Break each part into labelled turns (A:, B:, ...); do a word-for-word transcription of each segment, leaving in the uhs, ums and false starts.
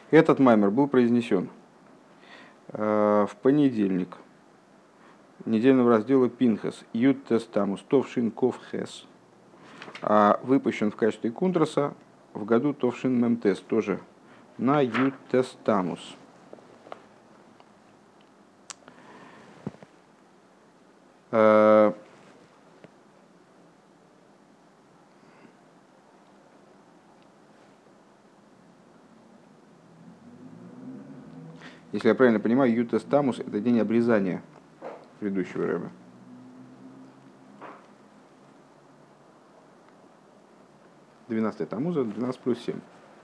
A: Этот маймер был произнесен в понедельник недельного раздела Пинхас Ют Тестамус Товшин Ков Хес, а выпущен в качестве кунтраса в году Товшин Мемтес, тоже на Ют Тестамус. Если я правильно понимаю, Ют Тестамус — это день обрезания предыдущего рэба. двенадцатое Тамуза, двенадцать плюс семь.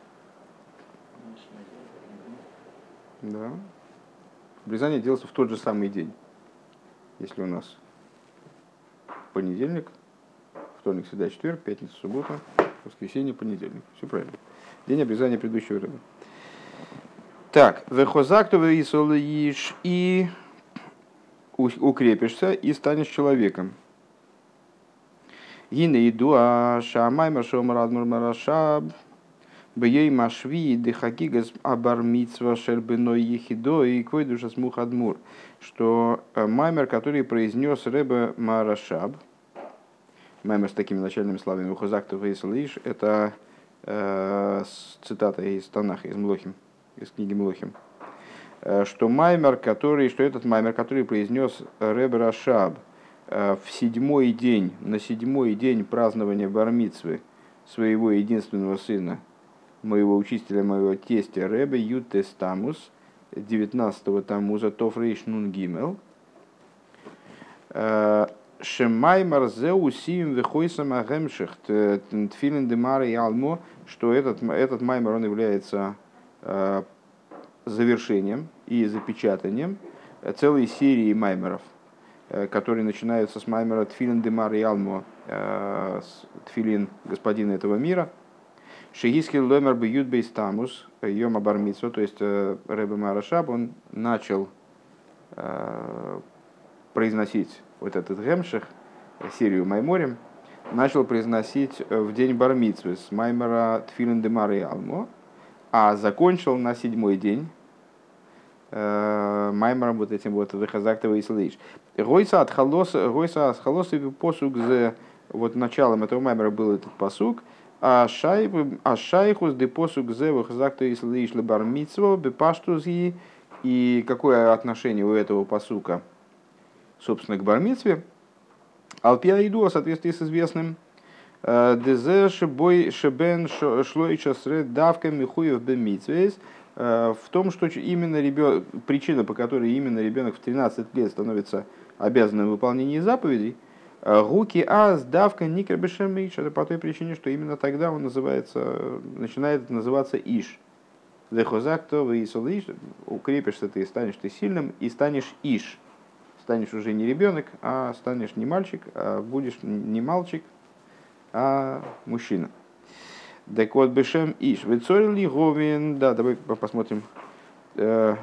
A: Да. Обрезание делается в тот же самый день. Если у нас понедельник, вторник, среда, четверг, пятница, суббота, воскресенье, понедельник. Все правильно. День обрезания предыдущего рэба. Так, вехозактовый исолиш, и укрепишься и станешь человеком. Гине иду а шамайма шомарадмур марашаб бей машви дехакигас абармитсва шербиной ехидо и койдуша смухадмур, что маймер, который произнес Ребе Марашаб, маймер с такими начальными словами вехозактовый исолиш, это э, цитата из Танаха, из Млохим, из книги Млохим, что маймер, который, что этот маймер, который произнес Ребе Рашаб в седьмой день, на седьмой день празднования бар-мицвы своего единственного сына, моего учителя, моего тестя Ребе Ют Тестамус, девятнадцатого Тамуза Тов Рейш Нун Гимел, Шемаймар Зеу Сиим Вехойсам Агемших Тфилин Демара и Алмо, что этот, этот маймер, он является завершением и запечатанием целой серии маймеров, которые начинаются с маймера Тфилин Демар и Алмо, Тфилин господина этого мира, Шегиский ломер бьют бейстамус, йома бармицу, то есть Ребе Марашаб, он начал произносить вот этот гемших, серию майморем, начал произносить в день бармицвы с маймера Тфилин Демар и Алмо, а закончил на седьмой день маймером вот этим вот вехазактова и слыш. Гойса от халоса, гойса от халоса и посук за вот началом этого маймера был этот посук, а шайхус де посук за вехазактова и слыш лебармитсво бепаштузги, и какое отношение у этого посука, собственно, к бармитсве? Алпия иду в соответствии с известным дезе шебой шебен шлойча сред давка михуев бемитсвейс, в том, что именно ребенок, причина, по которой именно ребенок в тринадцать лет становится обязанным в выполнении заповедей, руки аз давка никербешем иш, это по той причине, что именно тогда он называется, начинает называться иш. Вехозакто веисол иш, укрепишься ты, станешь ты сильным и станешь иш. Станешь уже не ребенок, а станешь не мальчик, а будешь не мальчик, а мужчина. Так вот, бешем иш. Вецорили говин. Да, давай посмотрим э,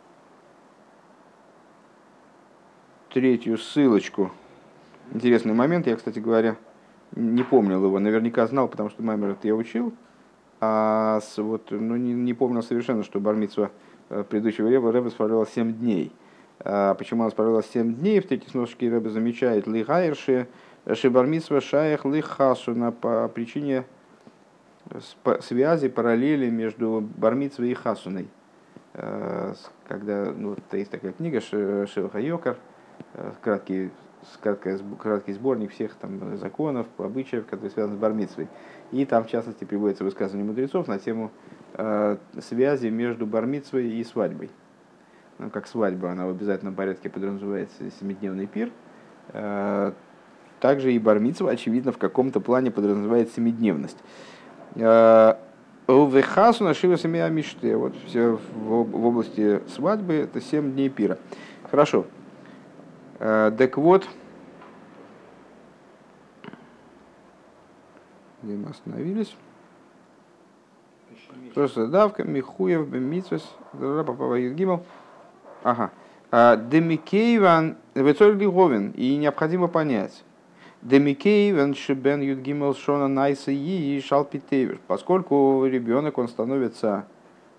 A: третью ссылочку. Интересный момент. Я, кстати говоря, не помнил его. Наверняка знал, потому что маймер это я учил. А с, вот, ну, не, не помнил совершенно, что бар-мицва предыдущего Ребе Ребе справлялась семь дней. А почему она справлялась семь дней? В третьей сноске Ребе замечает лигайрши шибар-мицва шаях лихасуна по причине связи, параллели между бар-мицвой и хасуной. Когда, ну, вот, есть такая книга Шеваха Йокар, краткий, краткий, краткий сборник всех там законов, обычаев, которые связаны с бар-мицвой. И там, в частности, приводится высказывание мудрецов на тему э, связи между бар-мицвой и свадьбой. Ну, как свадьба, она в обязательном порядке подразумевается семидневный пир. Э, также и бар-мицва, очевидно, в каком-то плане подразумевает семидневность. Увехасу нашива семья мечты. Вот все в области свадьбы это семь дней пира. Хорошо. Так вот, где мы остановились? Просто давка, Михуев, Бемитсвес, Папа Гимел. Ага. Демикейван, Вецорли Говин. И необходимо понять. Демикейвен шибен юдгимел шона найса и шалпитевер. Поскольку ребенок он становится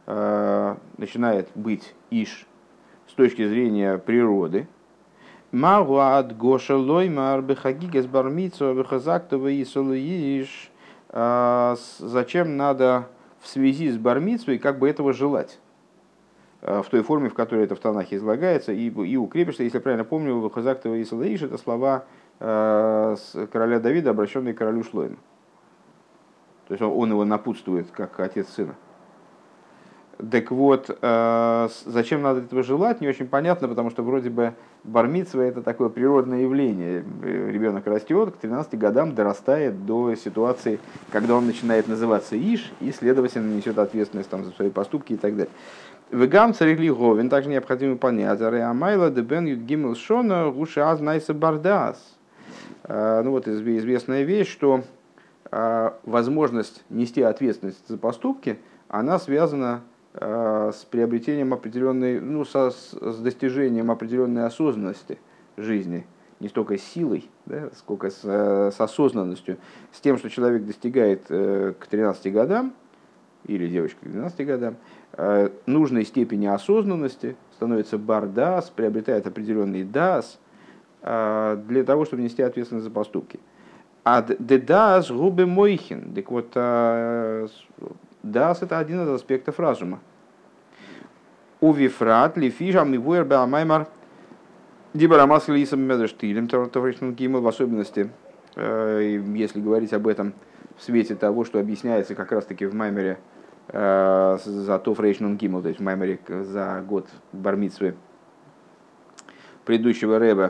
A: начинает быть иш с точки зрения природы. Магуад гоша лоймар бехагигес бармицу бехазактова и солуиш. Зачем надо в связи с бармицвой как бы этого желать? В той форме, в которой это в Танахе излагается, и, и укрепишься, если я правильно помню, бехазактова и солуиш — это слова короля Давида, обращенные к королю Шлойму. То есть он, он его напутствует, как отец сына. Так вот, э, зачем надо этого желать, не очень понятно, потому что вроде бы бар мицва — это такое природное явление. Ребенок растет, к тринадцати годам дорастает до ситуации, когда он начинает называться Иш и, следовательно, несет ответственность там, за свои поступки и так далее. Вегам царегли говен, также необходимо понять. Амайла дебен юдгимл шона гуши аз найса бардас. Ну вот известная вещь, что возможность нести ответственность за поступки, она связана с приобретением определенной, ну, со, с достижением определенной осознанности жизни, не столько силой, да, сколько с, с осознанностью, с тем, что человек достигает к тринадцати годам, или девочка к двенадцати годам, нужной степени осознанности, становится бардас, приобретает определенный дас для того, чтобы нести ответственность за поступки. А дедас губы мойхин, так вот, дас — это один из аспектов разума. У вифрат лифижам и вуэрбе маймар дибарамас лисам медрештилем товарищным гимл, в особенности, если говорить об этом в свете того, что объясняется как раз-таки в маймере за то фрейшнун гимл, то есть в маймере за год бар-мицвы предыдущего рэба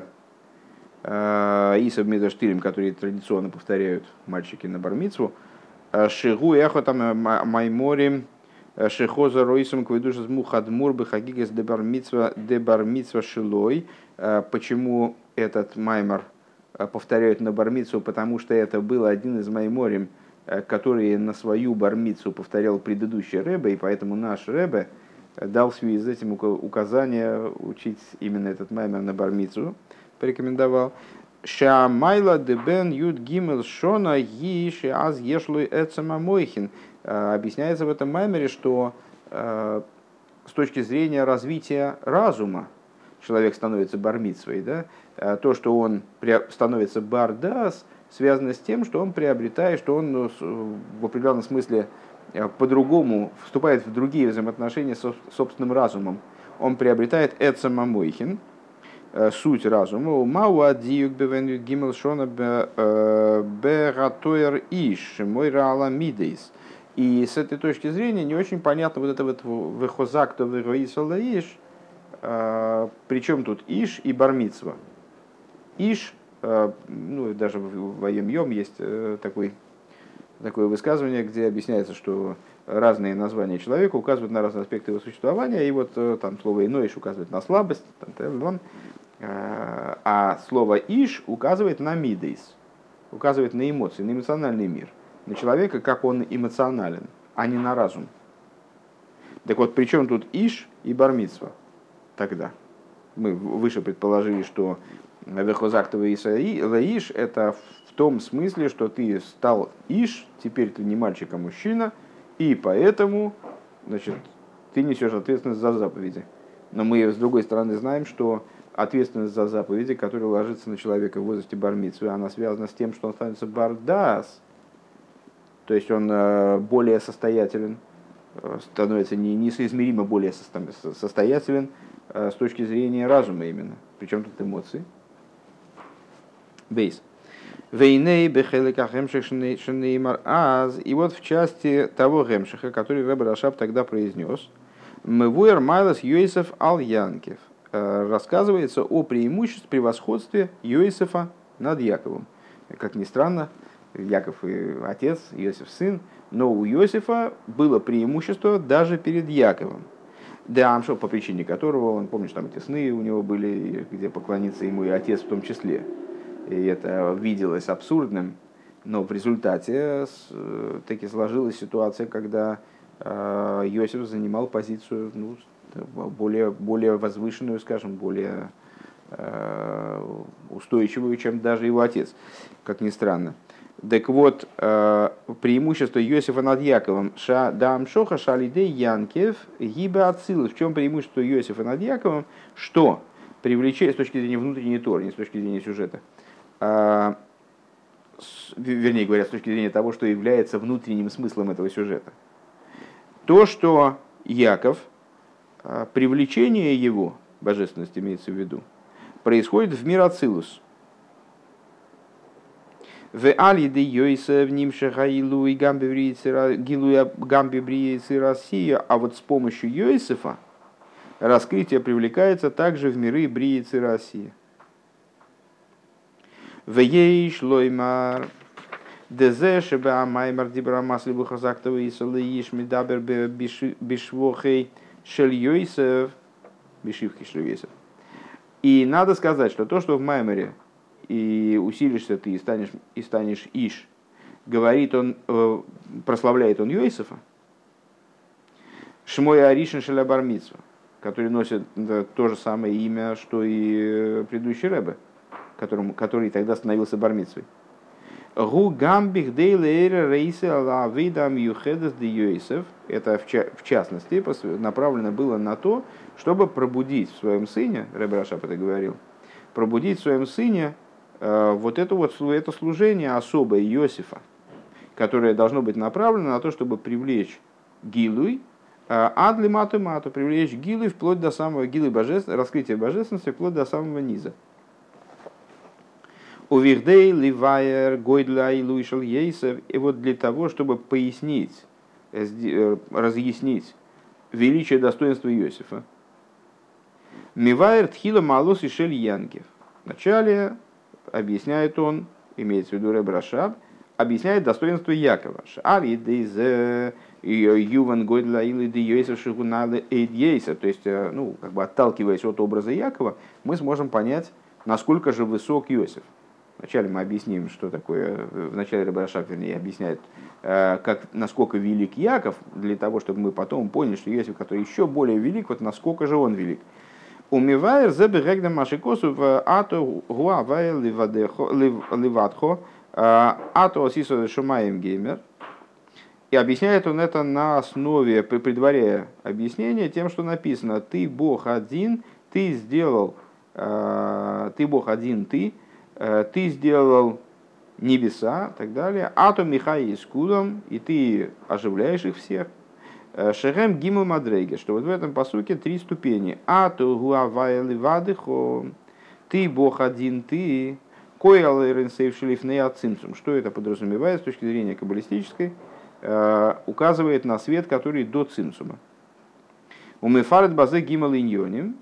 A: Исав Медаштилем, которые традиционно повторяют мальчики на бар-мицву. Шигу эхо там майморим шихоза ройсом кведуш из мухадмур бехагигес де бар-мицва де бар-мицва шилой. Почему этот маймор повторяют на бар-мицву? Потому что это был один из майморим, который на свою бар-мицву повторял предыдущий рэбе, и поэтому наш рэбе дал в связи с этим указание учить именно этот маймор на бар-мицву. Порекомендовал. Шамайла дебен юд гимел шона гиши аз ешлой эцема мойхин. Объясняется в этом маймере, что э, с точки зрения развития разума человек становится бар-мицвой, да? То, что он становится бардас, связано с тем, что он приобретает, что он ну, в определенном смысле по-другому вступает в другие взаимоотношения с собственным разумом. Он приобретает эцема мойхин, суть разума. Мауа диюк бевен гимел шона бератоер иш мой рааламидейс. И с этой точки зрения не очень понятно вот это вот вехозак то вегоисала иш. Причем тут иш и бар-мицва. Иш, ну даже в Ваем-Йом есть такой, такое высказывание, где объясняется, что разные названия человека указывают на разные аспекты его существования, и вот там слово «иноиш» указывает на слабость, там, а слово «иш» указывает на мидейс, указывает на эмоции, на эмоциональный мир, на человека, как он эмоционален, а не на разум. Так вот, при чем тут «иш» и бар-мицва тогда? Мы выше предположили, что «вехозактова и лаиш» — это в том смысле, что ты стал «иш», теперь ты не мальчик, а мужчина, и поэтому, значит, ты несешь ответственность за заповеди. Но мы, с другой стороны, знаем, что ответственность за заповеди, которая ложится на человека в возрасте бар-мицвы, она связана с тем, что он становится бардас, то есть он более состоятелен, становится несоизмеримо более состоятелен с точки зрения разума именно. Причем тут эмоции. Бейс. Вейней бехелека гемших шнеймар аз. И вот в части того гемшиха, который Ребе Рашаб тогда произнес, Мевуэр Майлас Йосеф ал Янкев, рассказывается о преимуществе, превосходстве Йосефа над Яковом. Как ни странно, Яков и отец, Йосеф сын, но у Йосефа было преимущество даже перед Яковом. Да, Амшо, по причине которого, он, помнишь, там эти сны у него были, где поклониться ему и отец в том числе. И это виделось абсурдным, но в результате таки сложилась ситуация, когда Йосеф занимал позицию, ну, более, более возвышенную, скажем, более устойчивую, чем даже его отец, как ни странно. Так вот, преимущество Йосифа над Яковом. Ша дам шоха шалидей Янкев гиба ацилус. В чем преимущество Йосифа над Яковом? Что привлечение с точки зрения внутренней торы, не с точки зрения сюжета. А, с, вернее говоря, с точки зрения того, что является внутренним смыслом этого сюжета. То, что Яков, привлечение его, божественность имеется в виду, происходит в мир ацилус. В алиде Йосеф нимшаха илу и гамби бриицы Россия, а вот с помощью Йосефа раскрытие привлекается также в миры бриицы России. В ейш лоймар дезе шеба маймар дибрамас либо хазактова и салеиш медабер бишвохей шель Йосеф бишивки шель Йосеф. И надо сказать, что то, что в Маймере и усилишься ты, и станешь, и станешь Иш, говорит он, э, прославляет он Йосефа, Шмой Аришин Шеля бар мицва, который носит да, то же самое имя, что и предыдущий Ребе, которому, который тогда становился бар мицвой. Гу гамбих дейлэйра рейсе ла видам юхедес де Йосеф, это в, ча- в частности направлено было на то, чтобы пробудить в своем сыне, Ребе Рашаб это говорил, пробудить в своем сыне вот это вот это служение особое Йосифа, которое должно быть направлено на то, чтобы привлечь гилуй, адли мату мату, привлечь гилуй вплоть до самого гилуй божественности, раскрытия божественности вплоть до самого низа. Увихдей ливайер гойдля и луишел Йосеф, и вот для того, чтобы пояснить, разъяснить величие достоинства Йосифа, мивайер тхила малос и шель янкев. Вначале объясняет он, имеется в виду Ребе Рашаб, объясняет достоинство Якова. То есть, ну, как бы отталкиваясь от образа Якова, мы сможем понять, насколько же высок Йосиф. Вначале мы объясним, что такое, вначале Ребе Рашаб, вернее, объясняет, как, насколько велик Яков, для того, чтобы мы потом поняли, что Йосиф, который еще более велик, вот насколько же он велик. Умивайер забегегна машикосу в ато гуавай ливадхо ато сисо шумаем геймер. И объясняет он это на основе, предваряя объяснение тем, что написано: ты Бог один, ты сделал, ты Бог один, ты, ты сделал небеса, и так далее. Ато михай искудом, и ты оживляешь их всех. Шерем гиму мадрейге, что вот в этом пасуке три ступени. Ату гуавай ливадхо, ты Бог один, ты. Коэл ренсейв шлифней ацинцум. Что это подразумевает с точки зрения каббалистической? Указывает на свет, который до цимсума. Умефарет базе гимал иньоним.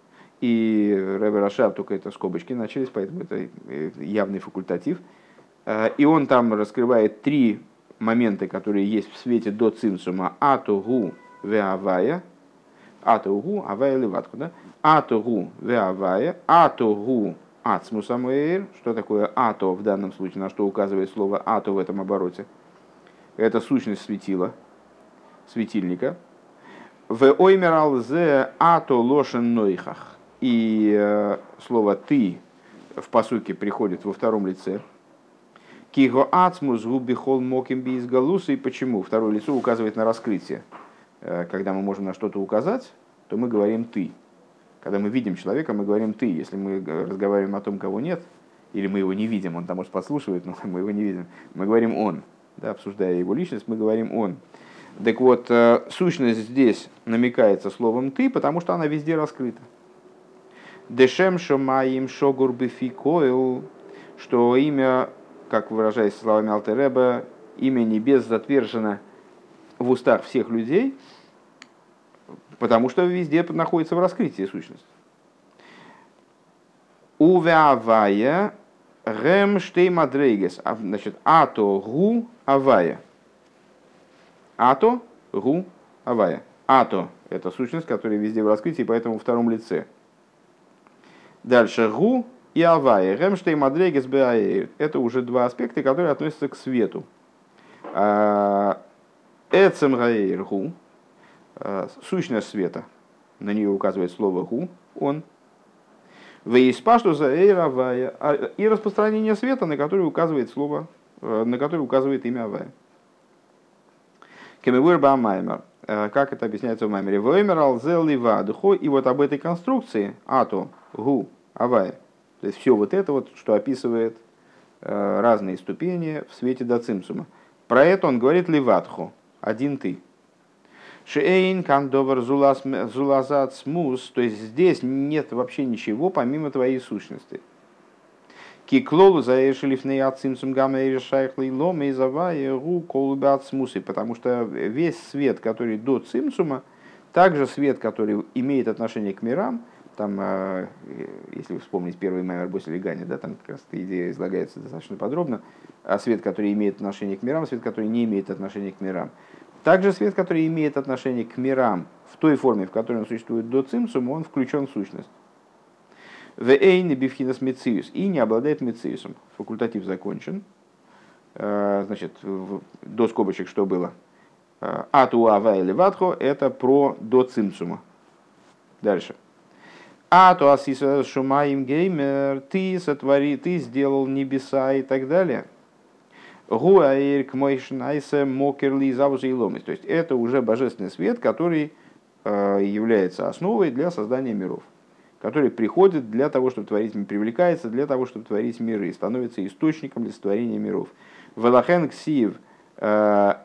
A: И Ребе Рашаб, только это скобочки начались, поэтому это явный факультатив. И он там раскрывает три моменты, которые есть в свете до цимсума. Атогу веавая. Атогу, авая ливатку, да? Атогу веавая. Атогу ацмусамэйр. Что такое ато в данном случае, на что указывает слово ато в этом обороте? Это сущность светила, светильника. В оймерал зе ато лошен нойхах. И э, слово ты в пасуке приходит во втором лице. Киго ацмус губихол моким би из галуса. И почему? Второе лицо указывает на раскрытие. Когда мы можем на что-то указать, то мы говорим ты. Когда мы видим человека, мы говорим ты. Если мы разговариваем о том, кого нет, или мы его не видим, он там может подслушивает, но мы его не видим, мы говорим он. Да, обсуждая его личность, мы говорим он. Так вот, сущность здесь намекается словом ты, потому что она везде раскрыта. Дешем шомаим шогур бификоил, что имя, как выражаясь словами Алтер Ребе, имя небес затвержено в устах всех людей, потому что везде находится в раскрытии сущность. Увеавая гем штей мадрейгес, значит, ато гу авая. Ато гу авая. Ато — это сущность, которая везде в раскрытии, поэтому во втором лице. Дальше гу и авая. Гем штей мадрейгес беаэйр. Это уже два аспекта, которые относятся к свету. Эцем гаэйр гу. Сущность света. На нее указывает слово гу, он. И распространение света, на которое указывает слово на который указывает имя Авая. Кемевуэр Баамаймер. Как это объясняется в Маймере? Воймер алзе ливадхо. И вот об этой конструкции ато, гу, Авая. То есть все вот это вот, что описывает разные ступени в свете до цимсума. Про это он говорит ливадхо. Один ты. Шейн кандовар зулазат смус. То есть здесь нет вообще ничего помимо твоей сущности. Киклолу заэшелифней ацимсум гамма и решайхлый лом и завая ру колубе ацмусы. Потому что весь свет, который до цимсума, также свет, который имеет отношение к мирам, там, если вспомнить первый маймер Босилигани, да, там как раз эта идея излагается достаточно подробно, а свет, который имеет отношение к мирам, свет, который не имеет отношения к мирам. Также свет, который имеет отношение к мирам в той форме, в которой он существует до цимсума, он включен в сущность. Вэйн бифхинас мециус, и не обладает мециусом. Факультатив закончен. Значит, до скобочек что было? Ату ава или ватхо — это про до цимсума. Дальше. Ату асиса шумаим геймер, ты сотвори, ты сделал небеса и так далее. Гуаир к мойшнайсе мокерли завуза и ломис. То есть это уже божественный свет, который является основой для создания миров, который приходит для того, чтобы творить, привлекается для того, чтобы творить миры, и становится источником для сотворения миров. Велахен ксив ато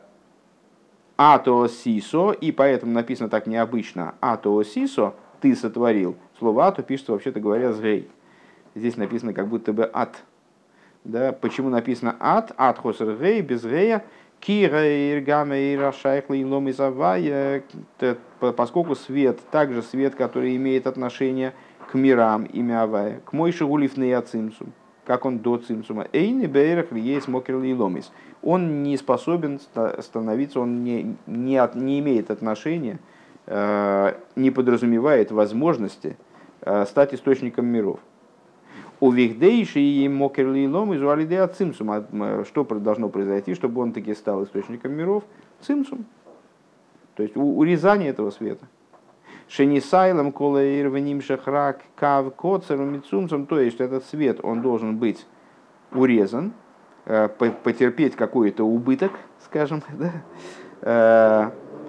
A: сисо, и поэтому написано так необычно ато сисо, ты сотворил. Слово ато пишется, вообще-то говоря, с гей. Здесь написано как будто бы ат. Да, почему написано ат? Ат хосер гей, без гея. Кира иргама и рашайхла и лом изавая, поскольку свет, также свет, который имеет отношение к мирам, имя Авая, к мойши гулифней ацимсум, как он до цимсума. Эйни бейрах ли есть мокерли и ломис. Он не способен становиться, он не, не, от, не имеет отношения, не подразумевает возможности стать источником миров. У вихдейши и мокерли и лом изуалиде от цимсума. Что должно произойти, чтобы он таки стал источником миров? Цимсум. То есть урезание этого света. Шенисайлом колаир венимшахрак кав коцером мицумсом. То есть этот свет, он должен быть урезан, потерпеть какой-то убыток, скажем, да?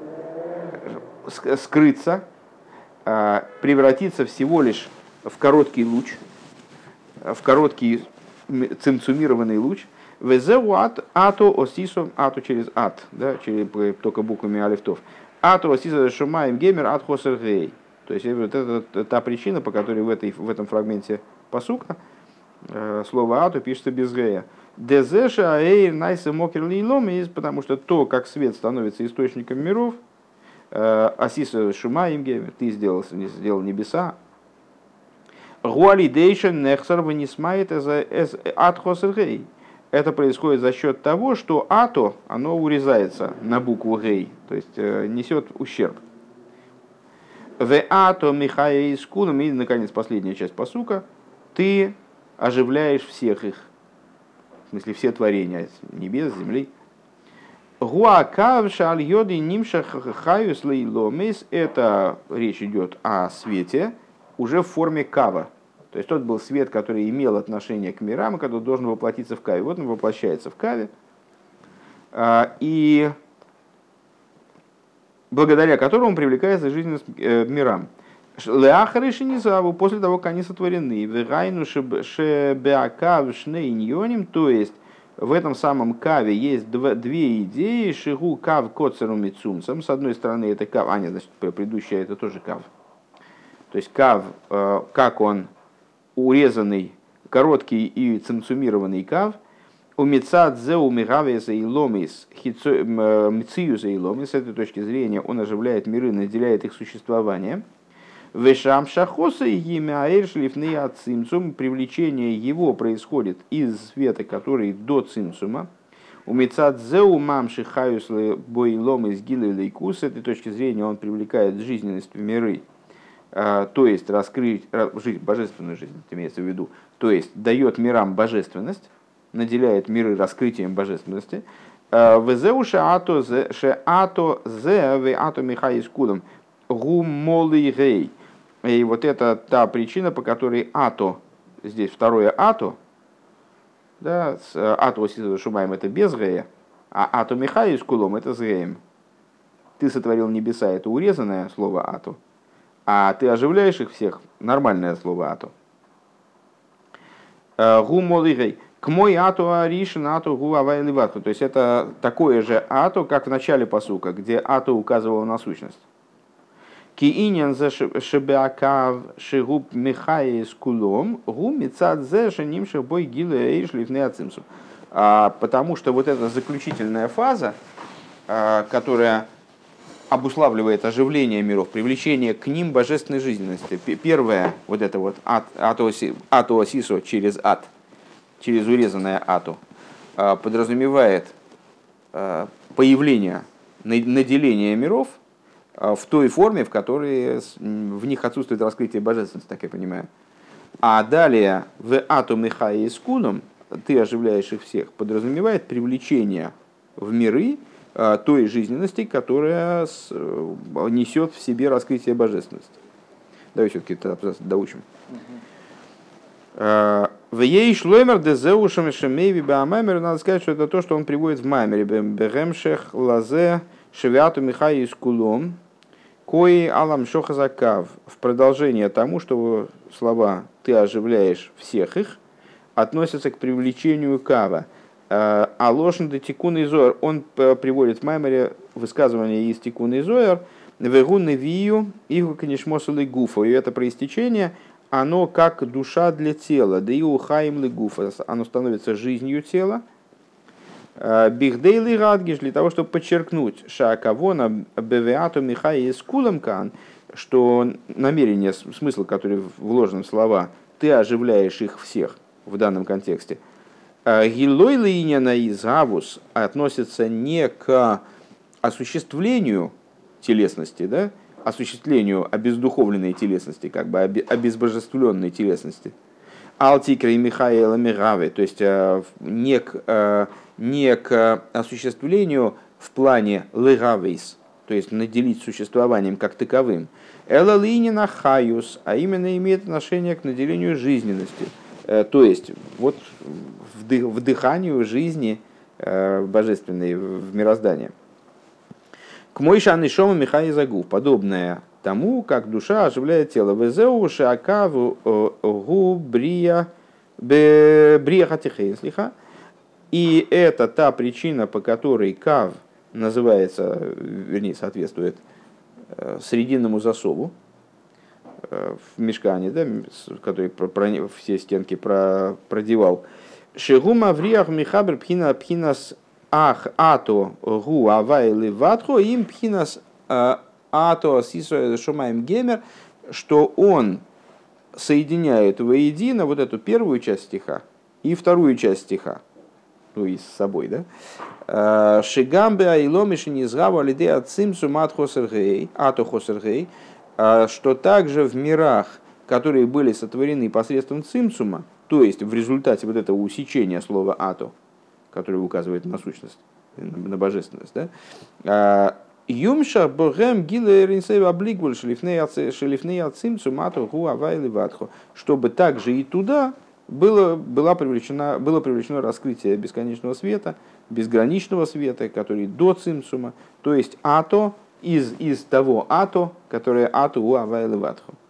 A: Скрыться, превратиться всего лишь в короткий луч, в короткий цимцумированный луч, везеу ат ато осисо, ато через ат, да, через, только буквами алифтов, ато осисо шумаем геймер ат хосер гей. То есть вот это та причина, по которой в, этой, в этом фрагменте пасука слово ато пишется без гея. Дезеша аэйр найсе мокер лилом, потому что то, как свет становится источником миров, осисо шумаем геймер, ты сделал, сделал небеса, это происходит за счет того, что ато, оно урезается на букву гей, то есть несет ущерб. В ато михая искуном, и, наконец, последняя часть пасука, ты оживляешь всех их, в смысле все творения, небес, земли. Гуакавша аль-йоди нимшах хаюс лейломис, это речь идет о свете, уже в форме кава. То есть тот был свет, который имел отношение к мирам, и который должен воплотиться в каве. Вот он воплощается в каве. И благодаря которому он привлекается жизненность к мирам. Леахаришинизаву, после того, как они сотворены. Вегайну шебеакав шнейньоним, то есть в этом самом каве есть две идеи. Шигу кав коцеру мицумсом. С одной стороны это кав, а нет, значит предыдущая это тоже кав. То есть кав, как он урезанный, короткий и цимцумированный кав, у мецадзе у мигавеса и ломис, мциюса и ломис, с этой точки зрения он оживляет миры, наделяет их существование. Вешам шахоса и имя аэршлифны от цимцум, привлечение его происходит из света, который до цимцума. У мецадзе у мамши хаюслы бой ломис гилы лейкус, с этой точки зрения он привлекает жизненность в миры. То есть раскрыть жизнь, божественную жизнь, имеется в виду, то есть дает мирам божественность, наделяет миры раскрытием божественности. Везеуша ато ше ато зе ве ато михай скудом гумолы гей. И вот это та причина, по которой ато, здесь второе ато, Да, с ато сисо шумаем это без гея, а ато михаю с кулом это с геем. Ты сотворил небеса, это урезанное слово ато, а ты оживляешь их всех, нормальное слово ато. Гу молигей. К мой ато аришин ато гу авайливатху. То есть это такое же ато, как в начале пасука, где ато указывало на сущность. Киинен за шебеакав шигуб михаи с кулом гу мицад зе шенимших бой гилы эйш ливны ацимсу. Потому что вот эта заключительная фаза, которая обуславливает оживление миров, привлечение к ним божественной жизненности. Первое, вот это вот атоосисо через ат, через урезанное ату, подразумевает появление, наделение миров в той форме, в которой в них отсутствует раскрытие божественности, так я понимаю. А далее в ату михаи с кулом, ты оживляешь их всех, подразумевает привлечение в миры той жизненности, которая несет в себе раскрытие божественности. Давай все-таки этот абзац доучим. В ей шлоймер дезеушем шемейви баамаймер, надо сказать, что это то, что он приводит в маймере. Бегемшех лазе шевиату михаи с кулом, кои алам шохазакав. В продолжение тому, что слова «ты оживляешь всех их» относятся к привлечению кава. А ложен де тикун и зоер, он приводит в маймере высказывание из тикун и зоер, вегун и вию, игу канишмосу лигуфа. И это проистечение, оно как душа для тела, да и ухаим лигуфа, оно становится жизнью тела. Бихдейли радгиш, для того, чтобы подчеркнуть шаакавона бевеату михаи с куламкан, что намерение, смысл, который вложен в слова, ты оживляешь их всех в данном контексте, Гилой линяна из гавус относится не к осуществлению телесности, да, осуществлению обездуховленной телесности, как бы обезбожествленной телесности. Алтикра и Михаила Мигавы, то есть не к, не к осуществлению в плане легавейс, то есть наделить существованием как таковым. Эла линина хаюс, а именно имеет отношение к наделению жизненностью. То есть вот вдыханию жизни божественной в мироздание. К мойшан и шома михаи загу, подобное тому, как душа оживляет тело. Везеу шакаву гу брия брия хатихей слиха. И это та причина, по которой кав называется, вернее, соответствует срединному засову в мешкане, да, который все стенки продевал. Шигума вриах михабр пхина пхинас ах ато гу авайли ватхо им пхинас ато сисо шумаем гемер, что он соединяет воедино вот эту первую часть стиха и вторую часть стиха, ну и с собой, да. Шигамбе айломиши низгаву алиде ацим сумат хосергей ато хосергей, что также в мирах, которые были сотворены посредством цимсума, то есть в результате вот этого усечения слова «ато», которое указывает на сущность, на божественность, да, «Юмша богем гиле ринсей облигвуль шелифней ацимсум ато гу авайли ватхо», чтобы также и туда было, было, привлечено, было привлечено раскрытие бесконечного света, безграничного света, который до цимсума, то есть «ато», Из, из того ато, которое ату у авайлы ватху.